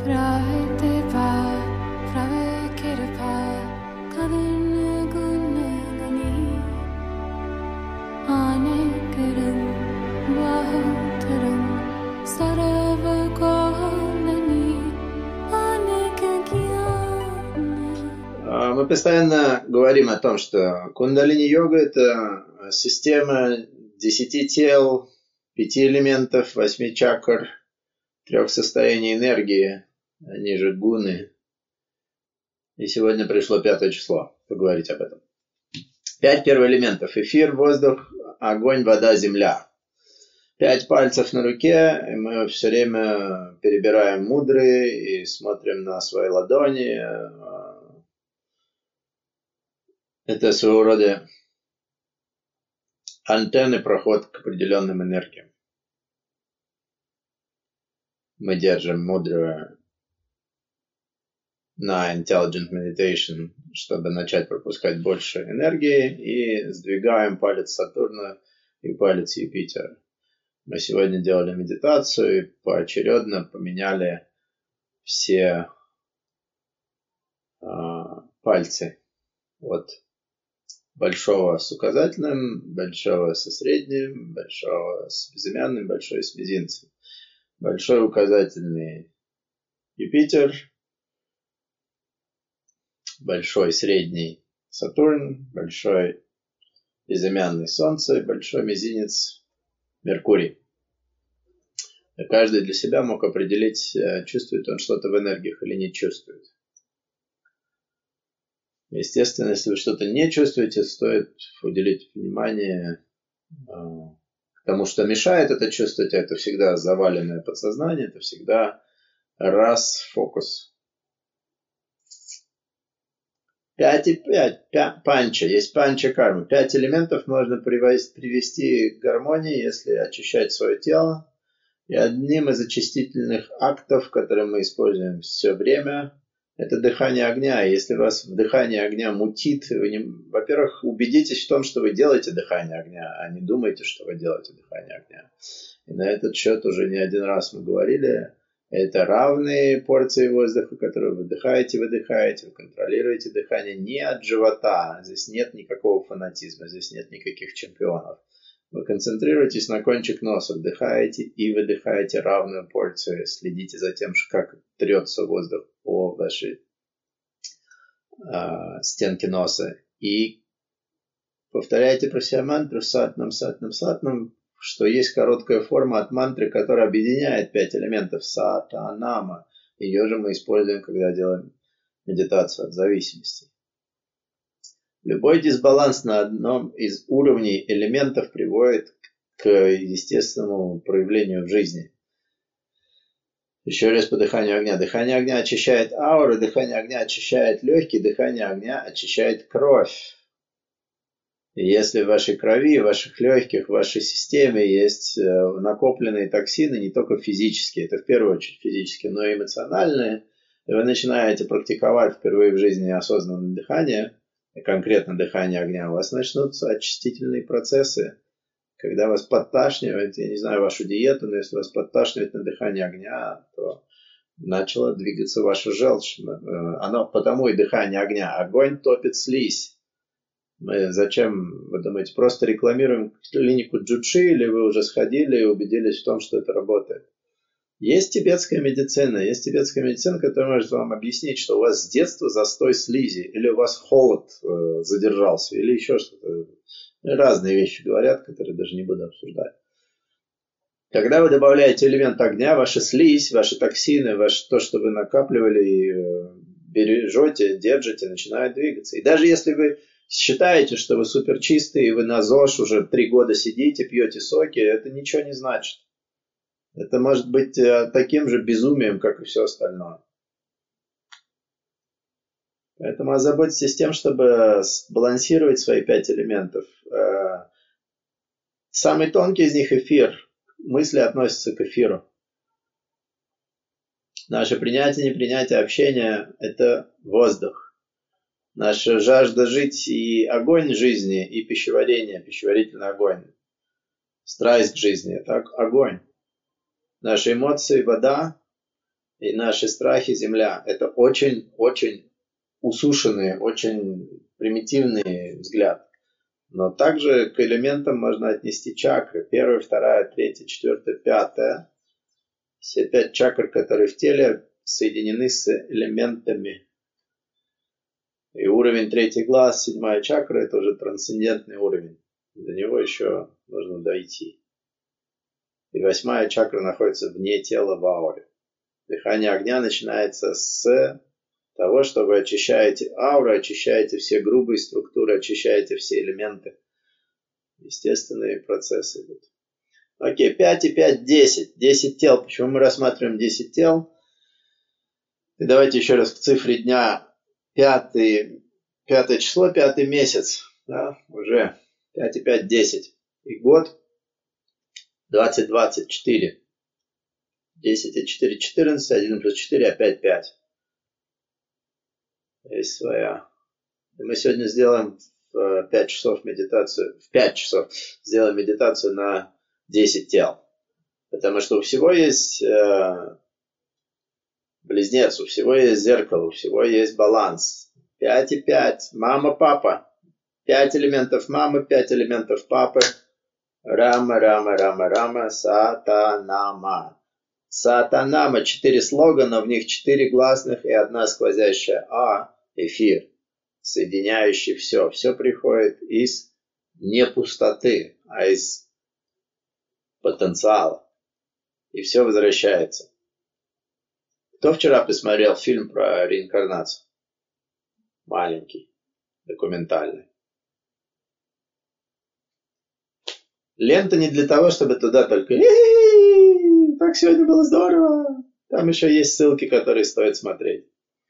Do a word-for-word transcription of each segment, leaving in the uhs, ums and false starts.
Мы постоянно говорим о том, что кундалини-йога – это система десяти тел, пяти элементов, восьми чакр, трех состояний энергии, они же гуны. И сегодня пришло пятое число поговорить об этом. Пять первых элементов – эфир, воздух, огонь, вода, земля. Пять пальцев на руке, и мы все время перебираем мудры и смотрим на свои ладони. Это своего рода антенны, проход к определенным энергиям. Мы держим мудрую на Intelligent Meditation, чтобы начать пропускать больше энергии, и сдвигаем палец Сатурна и палец Юпитера. Мы сегодня делали медитацию и поочередно поменяли все а, пальцы от большого с указательным, большого со средним, большого с безымянным, большой с мизинцем. Большой указательный Юпитер, большой средний Сатурн, большой безымянный Солнце, большой мизинец Меркурий. И каждый для себя мог определить, чувствует он что-то в энергиях или не чувствует. Естественно, если вы что-то не чувствуете, стоит уделить внимание к тому, что мешает это чувствовать. Это всегда заваленное подсознание, это всегда раз фокус. Пять и пять. пять панча. Есть панча карма. Пять элементов можно привести к гармонии, если очищать свое тело. И одним из очистительных актов, которые мы используем все время, это дыхание огня. Если вас в дыхании огня мутит, вы не... во-первых, убедитесь в том, что вы делаете дыхание огня, а не думайте, что вы делаете дыхание огня. И на этот счет уже не один раз мы говорили. Это равные порции воздуха, которые вы вдыхаете, выдыхаете. Вы контролируете дыхание не от живота. Здесь нет никакого фанатизма, здесь нет никаких чемпионов. Вы концентрируетесь на кончик носа, вдыхаете и выдыхаете равную порцию. Следите за тем, как трется воздух по вашей э, стенке носа. И повторяйте про себя мантру сатнам, сатнам, сатнам, что есть короткая форма от мантры, которая объединяет пять элементов сатанама. Ее же мы используем, когда делаем медитацию от зависимости. Любой дисбаланс на одном из уровней элементов приводит к естественному проявлению в жизни. Еще раз по дыханию огня. Дыхание огня очищает ауру, дыхание огня очищает легкие, дыхание огня очищает кровь. И если в вашей крови, в ваших легких, в вашей системе есть накопленные токсины, не только физические, это в первую очередь физические, но и эмоциональные, и вы начинаете практиковать впервые в жизни осознанное дыхание, конкретно дыхание огня, у вас начнутся очистительные процессы. Когда вас подташнивает, я не знаю вашу диету, но если вас подташнивает на дыхание огня, то начала двигаться ваша желчь. Оно потому и дыхание огня. Огонь топит слизь. Мы зачем, вы думаете, просто рекламируем клинику Джучи, или вы уже сходили и убедились в том, что это работает? Есть тибетская медицина, есть тибетская медицина, которая может вам объяснить, что у вас с детства застой слизи, или у вас холод э, задержался, или еще что-то. Разные вещи говорят, которые даже не буду обсуждать. Когда вы добавляете элемент огня, ваша слизь, ваши токсины, ваше, то, что вы накапливали и э, бережете, держите, начинает двигаться. И даже если вы считаете, что вы супер чистые, и вы на ЗОЖ уже три года сидите, пьете соки, это ничего не значит. Это может быть таким же безумием, как и все остальное. Поэтому озаботьтесь тем, чтобы сбалансировать свои пять элементов. Самый тонкий из них эфир. Мысли относятся к эфиру. Наше принятие, непринятие, общение – это воздух. Наша жажда жить и огонь жизни, и пищеварение, пищеварительный огонь. Страсть к жизни – это огонь. Наши эмоции – вода, и наши страхи Земля. Это очень-очень усушенный, очень примитивный взгляд. Но также к элементам можно отнести чакры. Первая, вторая, третья, четвертая, пятая. Все пять чакр, которые в теле, соединены с элементами. И уровень третий глаз, седьмая чакра, это уже трансцендентный уровень. До него еще нужно дойти. И восьмая чакра находится вне тела в ауре. Дыхание огня начинается с того, что вы очищаете ауру, очищаете все грубые структуры, очищаете все элементы. Естественные процессы идут. Окей, пять и пять, десять. десять тел. Почему мы рассматриваем десять тел? И давайте еще раз к цифре дня. Пятый, пятое число, пятый месяц. Да, уже пять и пять, десять. И год двадцать двадцать четыре. десять и четыре, четырнадцать. один плюс четыре, опять пять. Есть своя. И мы сегодня сделаем в пять часов медитацию. В пять часов сделаем медитацию на десять тел. Потому что у всего есть э, близнец, у всего есть зеркало, у всего есть баланс. пять и пять. Мама, папа. пять элементов мамы, пять элементов папы. Рама, Рама, Рама, Рама, Сатанама. Сатанама. Четыре слога, но в них четыре гласных и одна сквозящая А. Эфир. Соединяющий все. Все приходит из не пустоты, а из потенциала. И все возвращается. Кто вчера посмотрел фильм про реинкарнацию? Маленький. Документальный. Лента не для того, чтобы туда только «И-и-и, так сегодня было здорово». Там еще есть ссылки, которые стоит смотреть.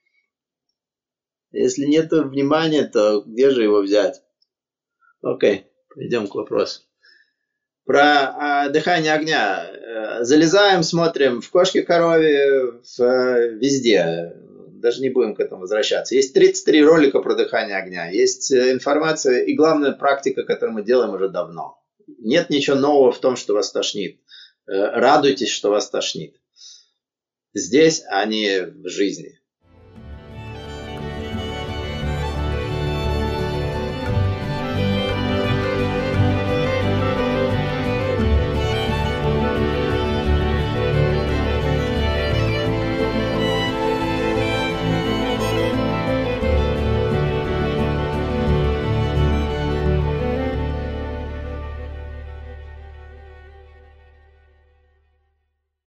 Если нет внимания, то где же его взять? Окей, пойдем к вопросу. Про а, дыхание огня. Залезаем, смотрим в кошке, корове, в, везде. Даже не будем к этому возвращаться. Есть тридцать три ролика про дыхание огня. Есть информация и, главная, практика, которую мы делаем уже давно. Нет ничего нового в том, что вас тошнит. Радуйтесь, что вас тошнит. Здесь, а не в жизни.